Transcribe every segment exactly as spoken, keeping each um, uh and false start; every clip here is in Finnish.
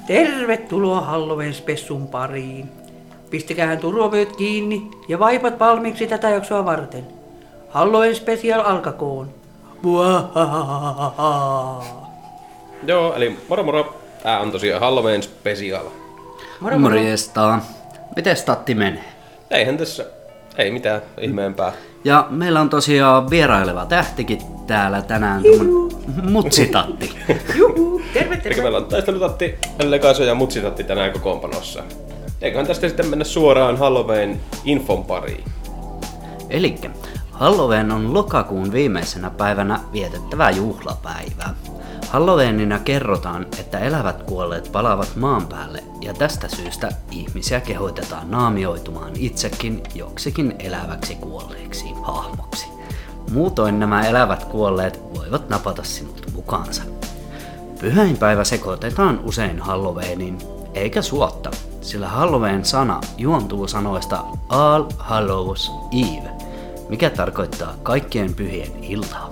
Tervetuloa Halloween-spessun pariin. Pistäkäähän turvavyöt kiinni ja vaipat valmiiksi tätä jaksoa varten. Halloween special alkakoon. Muahahaha. Joo, eli moro moro. Tää on tosiaan Halloween special. Moro moro. Morjesta. Miten statti menee? Eihän tässä, ei mitään ihmeempää. Ja meillä on tosiaan vieraileva tähtikin täällä tänään, mutsitatti. Juhu, terve Eli terve. meillä on taistelutatti, Lekaso ja mutsitatti tänään kokoonpanossa. Eiköhän tästä sitten mennä suoraan Halloween infon pariin. Elikkä Halloween on lokakuun viimeisenä päivänä vietettävää juhlapäivää. Halloweenina kerrotaan, että elävät kuolleet palaavat maan päälle ja tästä syystä ihmisiä kehoitetaan naamioitumaan itsekin joksikin eläväksi kuolleeksi hahmoksi. Muutoin nämä elävät kuolleet voivat napata sinut mukaansa. Pyhäinpäivä sekoitetaan usein Halloweeniin, eikä suotta, sillä Halloween-sana juontuu sanoista All Hallows Eve, mikä tarkoittaa kaikkien pyhien iltaa.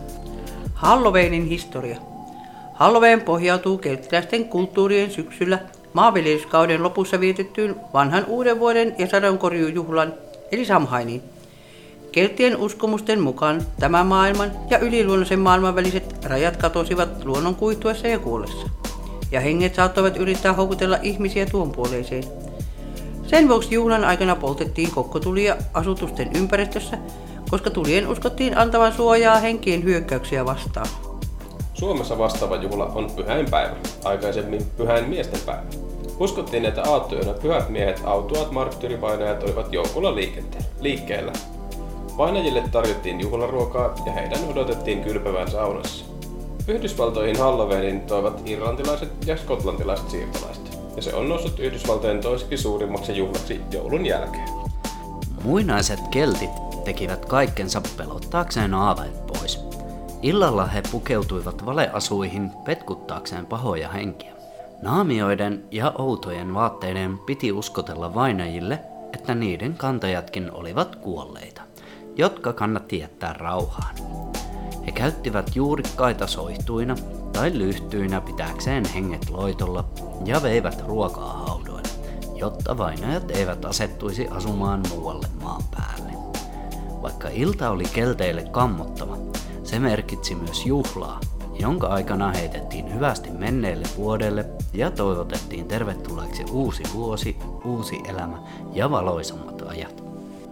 Halloweenin historia. Halloween pohjautuu kelttiläisten kulttuurien syksyllä maanviljelyskauden lopussa vietettyyn vanhan uuden vuoden ja sadonkorjuujuhlan eli Samhainiin. Kelttien uskomusten mukaan tämän maailman ja yliluonnollisen maailman väliset rajat katosivat luonnon kuihtuessa ja kuollessa, ja henget saattoivat yrittää houkutella ihmisiä tuon puoleiseen. Sen vuoksi juhlan aikana poltettiin kokkotulia asutusten ympäristössä, koska tulien uskottiin antavan suojaa henkien hyökkäyksiä vastaan. Suomessa vastaava juhla on pyhäinpäivä, aikaisemmin pyhäin miesten päivä. Uskottiin, että aattoyönä pyhät miehet, autuaat marttyyripainajat olivat joukolla liikkeellä. Painajille tarjottiin juhlaruokaa ja heidän odotettiin kylpevän saunassa. Yhdysvaltoihin Halloweenin toivat irlantilaiset ja skotlantilaiset siirtolaiset, ja se on noussut Yhdysvaltojen toiseksi suurimmaksi juhlaksi joulun jälkeen. Muinaiset keltit tekivät kaikkensa pelottaakseen aaveet pois. Illalla he pukeutuivat valeasuihin petkuttaakseen pahoja henkiä. Naamioiden ja outojen vaatteiden piti uskotella vainajille, että niiden kantajatkin olivat kuolleita, jotka kannatti jättää rauhaan. He käyttivät juurikkaita soihtuina tai lyhtyinä pitääkseen henget loitolla ja veivät ruokaa haudoille, jotta vainajat eivät asettuisi asumaan muualle maan päälle. Vaikka ilta oli kelteille kammottava, se merkitsi myös juhlaa, jonka aikana heitettiin hyvästi menneelle vuodelle ja toivotettiin tervetulleeksi uusi vuosi, uusi elämä ja valoisammat ajat.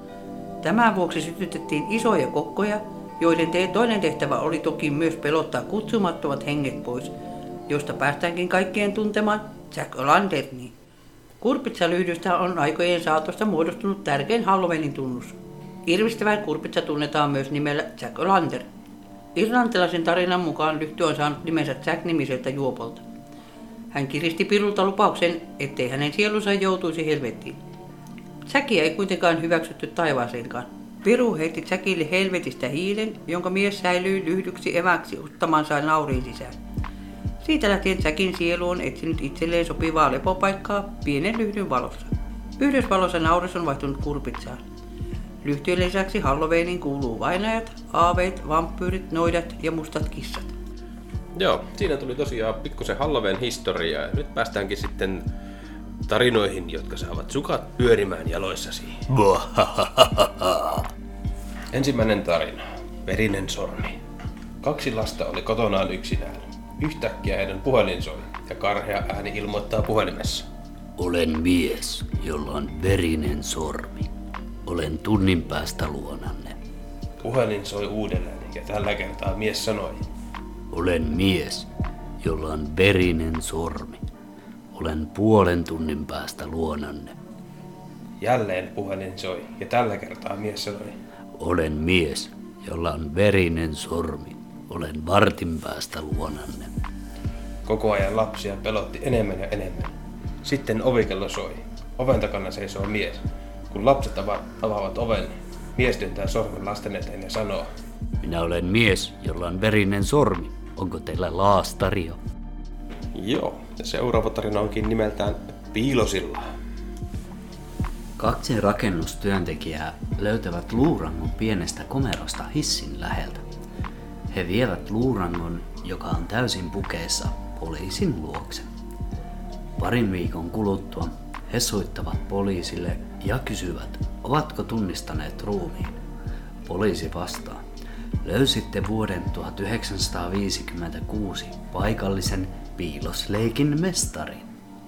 Tämän vuoksi sytytettiin isoja kokkoja, joiden te- toinen tehtävä oli toki myös pelottaa kutsumattomat henget pois, josta päästäänkin kaikkien tuntemaan Jack-o'-lanterniin. Kurpitsalyhdystä on aikojen saatosta muodostunut tärkein Halloweenin tunnus. Irvistävä kurpitsa tunnetaan myös nimellä Jack-o'-lantern. Irlantilaisen tarinan mukaan lyhty on saanut nimensä Jack-nimiseltä juopolta. Hän kiristi pirulta lupauksen, ettei hänen sielunsa joutuisi helvettiin. Jackia ei kuitenkaan hyväksytty taivaaseenkaan. Piru heitti Jackille helvetistä hiilen, jonka mies säilyi lyhdyksi eväksi ottamansa nauriin sisään. Siitä lähtien Jackin sielu on etsinyt itselleen sopivaa lepopaikkaa pienen lyhdyn valossa. Yhdysvalossa nauris on vaihtunut kurpitsaan. Lyhtyjen lisäksi Halloweeniin kuuluu vainajat, aaveet, vampyyrit, noidat ja mustat kissat. Joo, siinä tuli tosiaan pikkusen Halloween historiaa ja nyt päästäänkin sitten tarinoihin, jotka saavat sukat pyörimään jaloissasi. Ensimmäinen tarina. Verinen sormi. Kaksi lasta oli kotonaan yksinään. Yhtäkkiä heidän puhelin soi ja karhea ääni ilmoittaa puhelimessa. Olen mies, jolla on verinen sormi. Olen tunnin päästä luonanne. Puhelin soi uudelleen ja tällä kertaa mies sanoi. Olen mies, jolla on verinen sormi. Olen puolen tunnin päästä luonanne. Jälleen puhelin soi ja tällä kertaa mies sanoi. Olen mies, jolla on verinen sormi. Olen vartin päästä luonanne. Koko ajan lapsia pelotti enemmän ja enemmän. Sitten ovikello soi. Oven takana seisoo mies. Kun lapset avaavat oven, mies työntää sormen lasten eteen ja sanoo. Minä olen mies, jolla on verinen sormi. Onko teillä laastario? Joo, ja seuraava tarina onkin nimeltään Piilosilla. Kaksi rakennustyöntekijää löytävät luurangon pienestä komerosta hissin läheltä. He vievät luurangon, joka on täysin pukeessa, poliisin luokse. Parin viikon kuluttua he soittavat poliisille ja kysyvät, ovatko tunnistaneet ruumiin. Poliisi vastaa, löysitte vuoden tuhatyhdeksänsataaviisikymmentäkuusi paikallisen piilosleikin mestarin.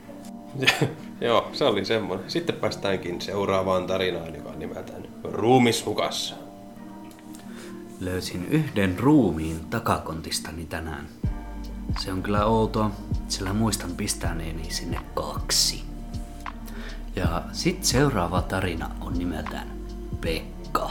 Joo, se oli semmoinen. Sitten päästäänkin seuraavaan tarinaan, joka on nimeltään Ruumis hukassa. Löysin yhden ruumiin takakontistani tänään. Se on kyllä outoa, sillä muistan pistäneeni sinne kaksi. Ja sit seuraava tarina on nimeltään Pekka.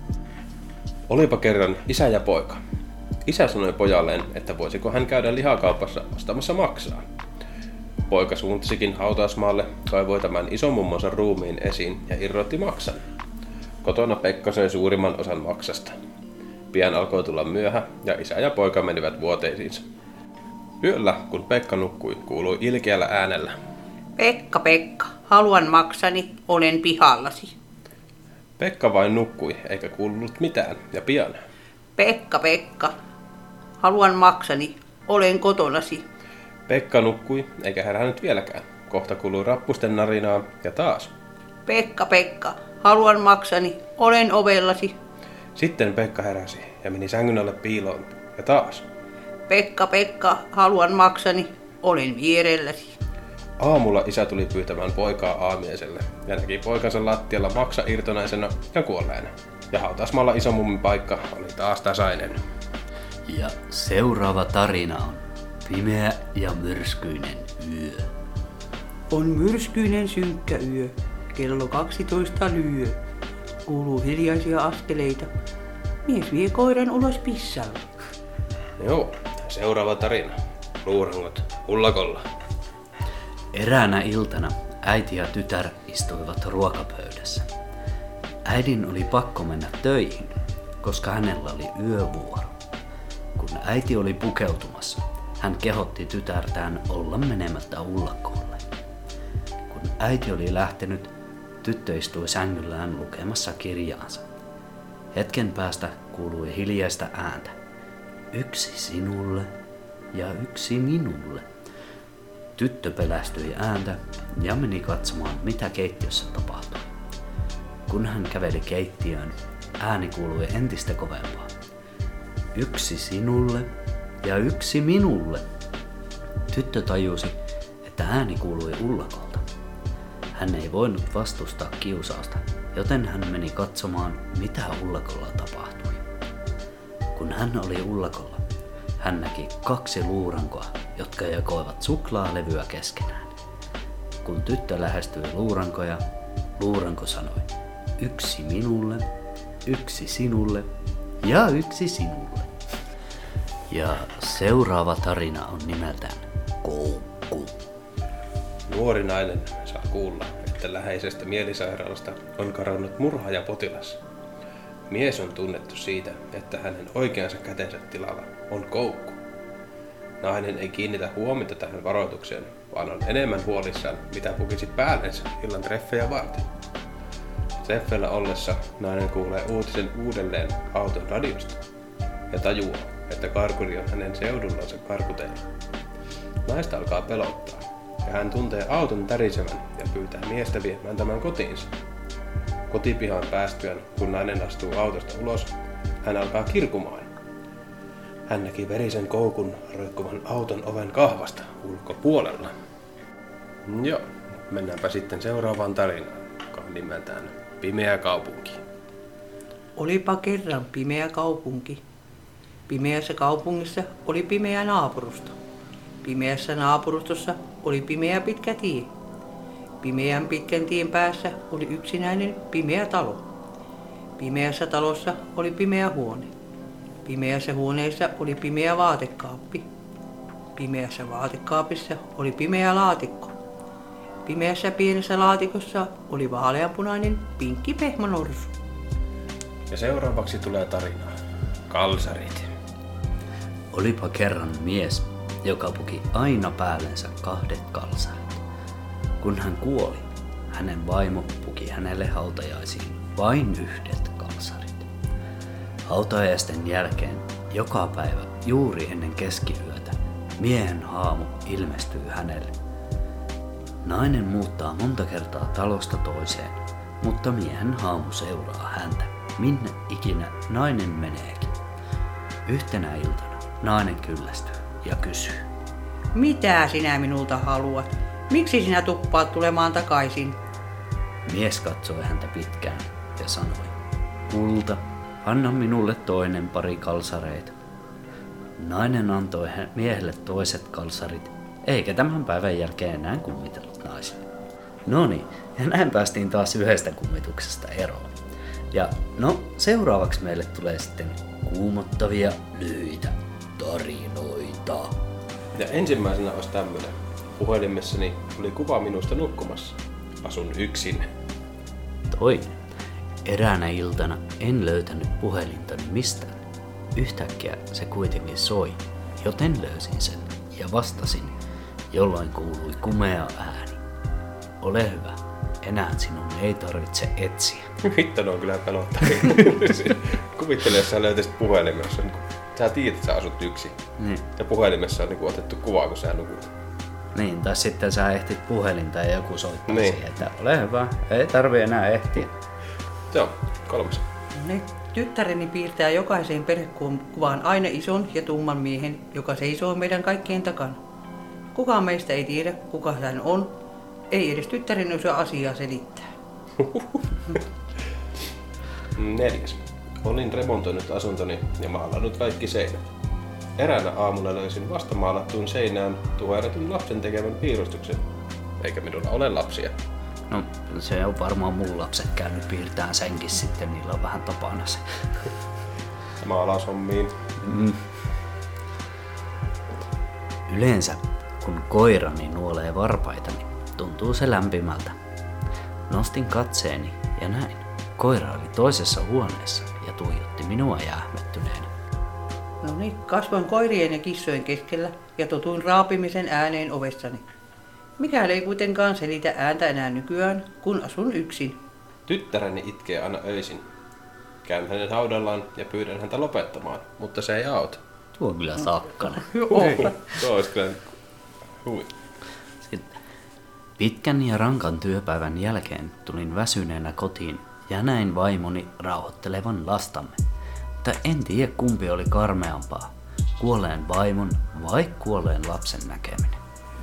Olipa kerran isä ja poika. Isä sanoi pojalleen, että voisiko hän käydä lihakaupassa ostamassa maksaa. Poika suuntasikin hautausmaalle, kaivoi tämän isomummonsa ruumiin esiin ja irrotti maksan. Kotona Pekka söi suurimman osan maksasta. Pian alkoi tulla myöhä ja isä ja poika menivät vuoteisiinsa. Yöllä, kun Pekka nukkui, kuului ilkeällä äänellä. Pekka, Pekka, haluan maksani, olen pihallasi. Pekka vain nukkui, eikä kuulunut mitään, ja pian. Pekka, Pekka, haluan maksani, olen kotonasi. Pekka nukkui, eikä herännyt vieläkään. Kohta kuului rappusten narinaa, ja taas. Pekka, Pekka, haluan maksani, olen ovellasi. Sitten Pekka heräsi ja meni sängyn alle piiloon, ja taas. Pekka, Pekka, haluan maksani, olen vierelläsi. Aamulla isä tuli pyytämään poikaa aamiaiselle ja näki poikansa lattialla maksa irtonaisena ja kuolleena. Ja hautausmaalla isomummin paikka oli taas tasainen. Ja seuraava tarina on Pimeä ja myrskyinen yö. On myrskyinen synkkä yö, kello kaksitoista lyö. Kuuluu hiljaisia askeleita. Mies vie koiran ulos pissalle. Joo, seuraava tarina. Luurangot ullakolla. Eräänä iltana äiti ja tytär istuivat ruokapöydässä. Äidin oli pakko mennä töihin, koska hänellä oli yövuoro. Kun äiti oli pukeutumassa, hän kehotti tytärtään olla menemättä ullakolle. Kun äiti oli lähtenyt, tyttö istui sängyllään lukemassa kirjaansa. Hetken päästä kuului hiljaista ääntä. Yksi sinulle ja yksi minulle. Tyttö pelästyi ääntä ja meni katsomaan, mitä keittiössä tapahtui. Kun hän käveli keittiöön, ääni kuului entistä kovempaa. Yksi sinulle ja yksi minulle. Tyttö tajusi, että ääni kuului ullakolta. Hän ei voinut vastustaa kiusausta, joten hän meni katsomaan, mitä ullakolla tapahtui. Kun hän oli ullakolla, hän näki kaksi luurankoa, jotka jakoivat suklaalevyä keskenään. Kun tyttö lähestyi luurankoja, luuranko sanoi, yksi minulle, yksi sinulle ja yksi sinulle. Ja seuraava tarina on nimeltään Koukku. Nuori nainen saa kuulla, että läheisestä mielisairaalasta on karannut murhaajapotilas. Mies on tunnettu siitä, että hänen oikeansa kätensä tilalla on koukku. Nainen ei kiinnitä huomiota tähän varoitukseen, vaan on enemmän huolissaan, mitä pukisi päällensä illan treffejä varten. Treffeillä ollessa nainen kuulee uutisen uudelleen auton radiosta ja tajuaa, että karkuri on hänen seudullansa karkuteilla. Naista alkaa pelottaa ja hän tuntee auton tärisevän ja pyytää miestä viemään tämän kotiinsa. Kotipihaan päästyään, kun nainen astuu autosta ulos, hän alkaa kirkumaan. Hän näki verisen koukun roikkuvan auton oven kahvasta ulkopuolella. Joo, mennäänpä sitten seuraavaan tarinaan, joka on nimeltään Pimeä kaupunki. Olipa kerran pimeä kaupunki. Pimeässä kaupungissa oli pimeä naapurusto. Pimeässä naapurustossa oli pimeä pitkä tie. Pimeän pitkän tien päässä oli yksinäinen pimeä talo. Pimeässä talossa oli pimeä huone. Pimeässä huoneessa oli pimeä vaatekaappi. Pimeässä vaatekaapissa oli pimeä laatikko. Pimeässä pienessä laatikossa oli vaaleanpunainen pinkki pehmonorsu. Ja seuraavaksi tulee tarina. Kalsarit. Olipa kerran mies, joka puki aina päällensä kahdet kalsarit. Kun hän kuoli, hänen vaimo puki hänelle hautajaisiin vain yhdet kalsarit. Hautajaisten jälkeen joka päivä juuri ennen keskiyötä miehen haamu ilmestyy hänelle. Nainen muuttaa monta kertaa talosta toiseen, mutta miehen haamu seuraa häntä, minne ikinä nainen meneekin. Yhtenä iltana nainen kyllästyy ja kysyy. Mitä sinä minulta haluat? Miksi sinä tuppaat tulemaan takaisin? Mies katsoi häntä pitkään ja sanoi. Kulta, anna minulle toinen pari kalsareita. Nainen antoi miehelle toiset kalsarit, eikä tämän päivän jälkeen enää kummitellut naisia. Noniin, ja näin päästiin taas yhdestä kummituksesta eroon. Ja no, seuraavaksi meille tulee sitten kuumottavia lyhyitä tarinoita. Ja ensimmäisenä olisi tämmönen. Puhelimessani oli kuva minusta nukkumassa. Asun yksin. Toinen. Eräänä iltana en löytänyt puhelintani mistään. Yhtäkkiä se kuitenkin soi, joten löysin sen ja vastasin, jolloin kuului kumea ääni. Ole hyvä, enää sinun ei tarvitse etsiä. Hitto, ne on kyllä pelottavia. Kuvittele, jos sä löytäisit puhelimessa. Niin sä tiedät, että sä asut yksin. Niin. Ja puhelimessa on niin otettu kuva, kun sä nukut. Niin, tai sitten sä ehtit puhelinta ja joku soittaa niin. siihen, että ole hyvä, ei tarvi enää ehtiä. Joo, kolmas. Ne tyttäreni piirtää jokaiseen perhekuvaan aina ison ja tumman miehen, joka seisoo meidän kaikkien takana. Kukaan meistä ei tiedä, kuka hän on. Ei edes tyttäreni osaa asiaa selittää. Neljäs. Olin remontoinut asuntoni ja maalannut kaikki seinät. Eräänä aamuna löysin vastamaalattuun seinään tuoretun lapsen tekemän piirustuksen. Eikä minulla ole lapsia. No, se on varmaan mun lapset käynyt piirtämään senkin sitten, niillä on vähän tapana se. Maalaushommiin. Mm. Yleensä, kun koirani nuolee varpaitani, tuntuu se lämpimältä. Nostin katseeni ja näin. Koira oli toisessa huoneessa ja tuijotti minua jähmettyneenä. No niin, kasvoin koirien ja kissojen keskellä ja totuin raapimisen ääneen ovessani. Mikään ei kuitenkaan selitä ääntä enää nykyään, kun asun yksin. Tyttäreni itkee aina öisin. Käyn hänen haudallaan ja pyydän häntä lopettamaan, mutta se ei auta. Tuo on kyllä sakkanen. Tuo olisi kyllä hui. Sitten. Pitkän ja rankan työpäivän jälkeen tulin väsyneenä kotiin ja näin vaimoni rauhoittelevan lastamme. Mutta en tiedä kumpi oli karmeampaa, kuolleen vaimon vai kuolleen lapsen näkeminen.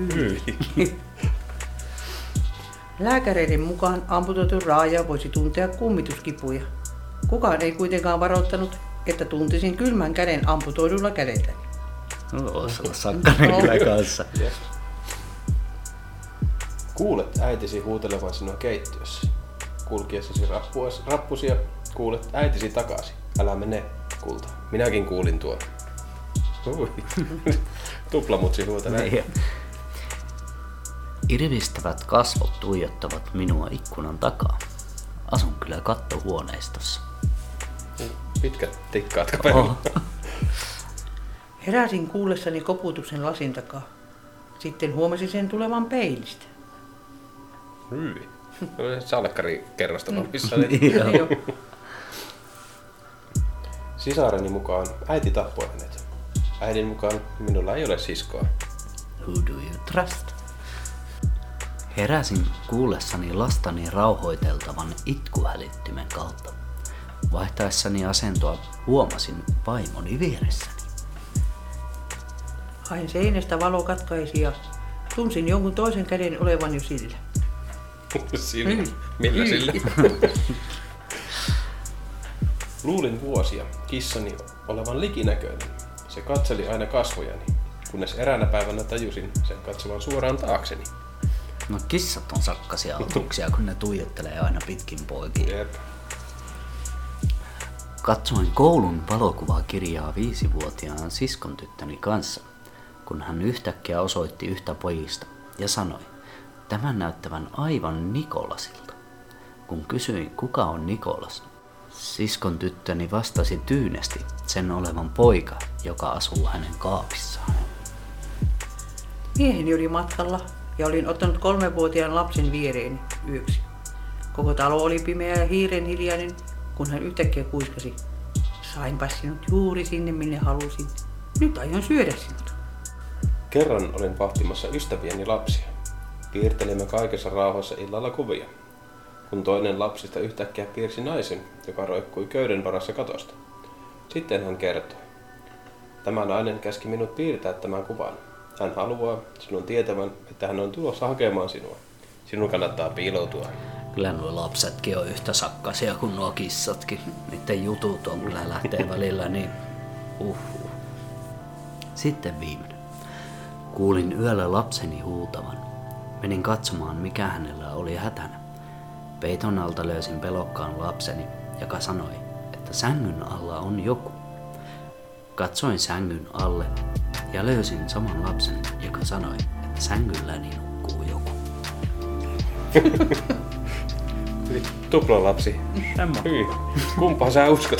Lääkäreiden mukaan amputoitu raaja voisi tuntea kummituskipuja. Kukaan ei kuitenkaan varoittanut, että tuntisin kylmän käden amputoidulla kädelläni. No, olisi olla sakkanen kyllä kanssa. Yes. Kuulet äitisi huutelevan sinua keittiössä. Kulkiessasi rappusia, kuulet äitisi takaisin. Älä mene, kulta. Minäkin kuulin tuon. Ui. Tuplamutsi huutelee. Irvistävät kasvot tuijottavat minua ikkunan takaa. Asun kyllä kattohuoneistossa. Pitkät tikkaat kapealla. Oh. Heräsin kuullessani koputuksen lasin takaa. Sitten huomasin sen tulevan peilistä. Hyi. Salkkari kerrostalo missä Joo. Sisareni mukaan äiti tappoi hänet. Äidin mukaan minulla ei ole siskoa. Who do you trust? Heräsin kuullessani lastani rauhoiteltavan itkuhälyttimen kautta. Vaihtaessani asentoa huomasin vaimoni vieressäni. Hain seinästä valokatkaisi ja tunsin jonkun toisen käden olevan jo sillä. Sillä? Millä sillä? Luulin vuosia kissani olevan likinäköinen. Se katseli aina kasvojani, kunnes eräänä päivänä tajusin sen katsovan suoraan taakseni. No kissat on sakkasia otuksia, kun ne tuijottelee aina pitkin poikia. Jep. Katsoin koulun valokuvakirjaa viisivuotiaan siskon tyttöni kanssa, kun hän yhtäkkiä osoitti yhtä pojista ja sanoi, tämän näyttävän aivan Nikolasilta. Kun kysyin, kuka on Nikolas, siskon tyttöni vastasi tyynesti sen olevan poika, joka asuu hänen kaapissaan. Mieheni oli matkalla ja olin ottanut kolmevuotiaan lapsen viereeni yöksi. Koko talo oli pimeä ja hiiren hiljainen, kun hän yhtäkkiä kuiskasi. Sainpas sinut juuri sinne, minne halusin. Nyt aion syödä sinut. Kerran olin vahtimassa ystävieni lapsia. Piirtelimme kaikessa rauhassa illalla kuvia, kun toinen lapsista yhtäkkiä piirsi naisen, joka roikkui köyden varassa katosta. Sitten hän kertoi. Tämä nainen käski minut piirtää tämän kuvan. Hän haluaa sinun tietävän, että hän on tulossa hakemaan sinua. Sinun kannattaa piiloutua. Kyllä nuo lapsetkin on yhtä sakkasia kuin nuo kissatkin. Niiden jutut on kyllä lähtee välillä niin uhuh. Sitten viimeinen. Kuulin yöllä lapseni huutavan. Menin katsomaan, mikä hänellä oli hätänä. Peiton alta löysin pelokkaan lapseni, joka sanoi, että sängyn alla on joku. Katsoin sängyn alle ja löysin saman lapsen, joka sanoi, että sängylläni nukkuu joku. Tupla lapsi. Hyi. Kumpaa sä uskot?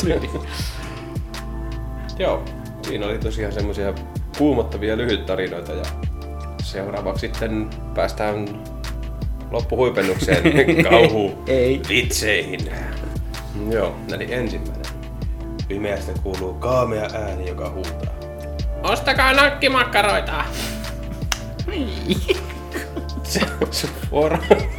Joo, siinä oli tosiaan semmosia kuumottavia lyhyttarinoita ja seuraavaksi sitten päästään loppuhuipennukseen kauhu vitseihin. Joo, eli ensimmäinen. Pimeästä kuuluu kaamea ääni, joka huutaa. Ostakaa nakkimakkaroita! Se on suora.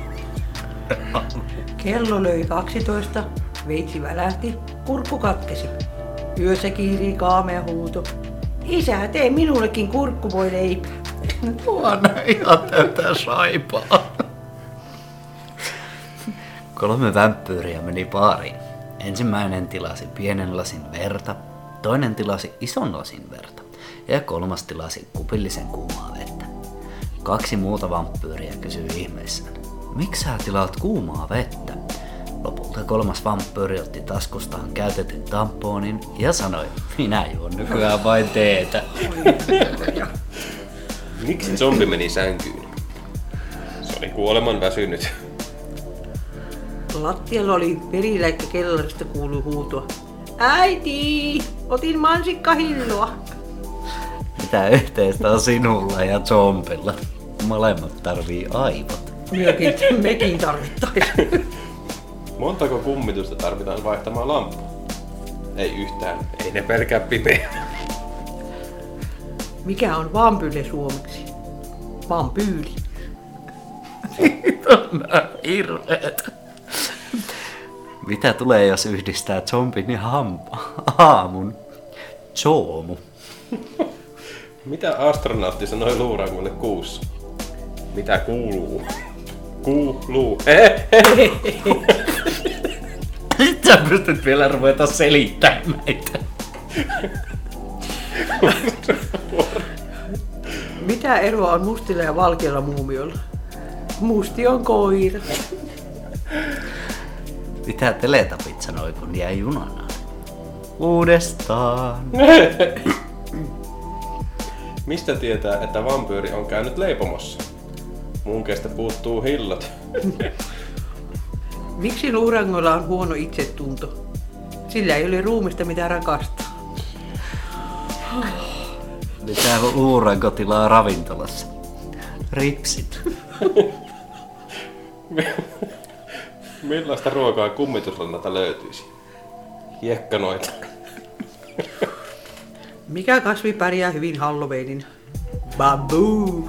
Kello löi kaksitoista, veitsi välähti, kurkku katkesi. Yössä kiirii kaamea huuto. Isä, tee minullekin kurkkuvoileipää. Tuona ihan tätä saipaa. Kolme vampyyriä meni baariin. Ensimmäinen tilasi pienen lasin verta, toinen tilasi ison lasin verta ja kolmas tilasi kupillisen kuumaa vettä. Kaksi muuta vampyyriä kysyi ihmeissään, miksi sä tilaat kuumaa vettä? Lopulta kolmas vampyyri otti taskustaan käytetyn tamponin ja sanoi, minä juon nykyään vain teetä. Miksi zombi meni sänkyyn? Se oli kuoleman väsynyt. Lattialla oli veriläikkä, kellarista kuului huutoa. Äiti, otin mansikkahilloa. Mitä yhteistä on sinulla ja zombilla? Molemmat tarvii aivot. Mekin, mekin tarvittaisiin. Montako kummitusta tarvitaan vaihtamaan lamppua? Ei yhtään, ei ne pelkää pimeää. Mikä on vampyyli suomeksi? Vampyyli. On hirveetä. Mitä tulee, jos yhdistää zombin ja hampa? Aamun. Zoomu. Mitä astronautti sanoi luurangolle kuussa? Mitä kuuluu? Kuuluu. Nyt sä pystyt vielä ruveta selittämään meitä. Mitä eroa on mustilla ja valkealla muumiolla? Musti on koira. Mitä teletapit sanoi, kun jäi junanaan? Uudestaan. Mistä tietää, että vampyyri on käynyt leipomossa? Munkeista puuttuu hillot. Miksi luurangolla on huono itsetunto? Sillä ei ole ruumista mitä rakastaa. Mitä luuranko tilaa ravintolassa? Ripsit. Millaista ruokaa kummitusrannalta löytyisi? Hiekkanoita. Mikä kasvi pärjää hyvin Halloweenin? Bamboo.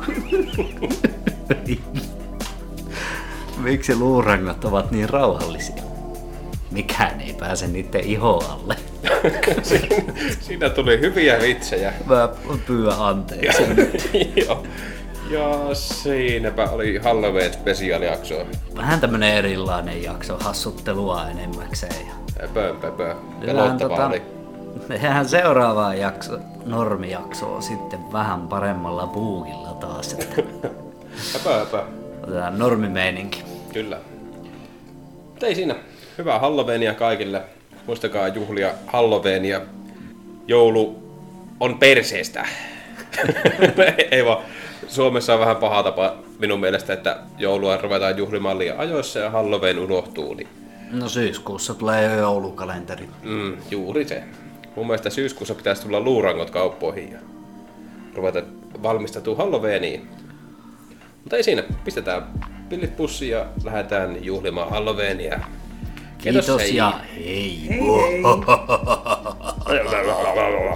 Miksi luurangot ovat niin rauhallisia? Mikään ei pääse niiden iho alle. Siinä, siinä tuli hyviä vitsejä. Mä pyydän anteeksi. Joo. Ja siinäpä oli Halloween spesiaalijakso. Vähän tämmönen erilainen jakso, hassuttelua enemmäkseen. Pö, pö, pö. Pelottavaa oli. Tehdään seuraavaa jakso, normijaksoa sitten vähän paremmalla puukilla taas. Että Höpö, höpö. otetaan normimeininki. Kyllä. Mutta ei siinä. Hyvää Halloweenia kaikille. Muistakaa juhlia Halloweenia. Joulu on perseestä. Ei vaan. Suomessa on vähän paha tapa minun mielestä, että joulua ruvetaan juhlimaan liian ajoissa ja Halloween unohtuu. Niin... No syyskuussa tulee jo joulukalenteri. Mm, juuri se. Mun mielestä syyskuussa pitäisi tulla luurangot kauppoihin ja ruveta valmistautua Halloweeniin. Mutta ei siinä. Pistetään pillit pussiin ja lähdetään juhlimaan Halloweenia. Kiitos, Kiitos hei. ja hei. Hei hei.